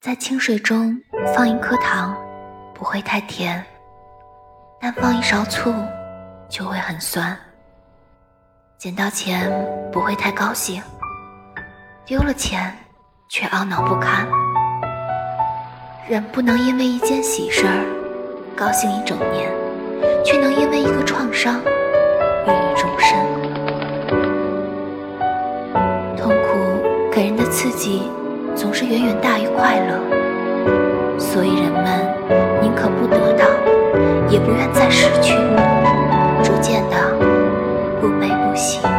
在清水中放一颗糖，不会太甜，但放一勺醋就会很酸。捡到钱不会太高兴，丢了钱却懊恼不堪。人不能因为一件喜事儿高兴一整年，却能因为一个创伤郁郁终身。痛苦给人的刺激总是远远大于快乐，所以人们宁可不得到，也不愿再失去，逐渐的不悲不喜。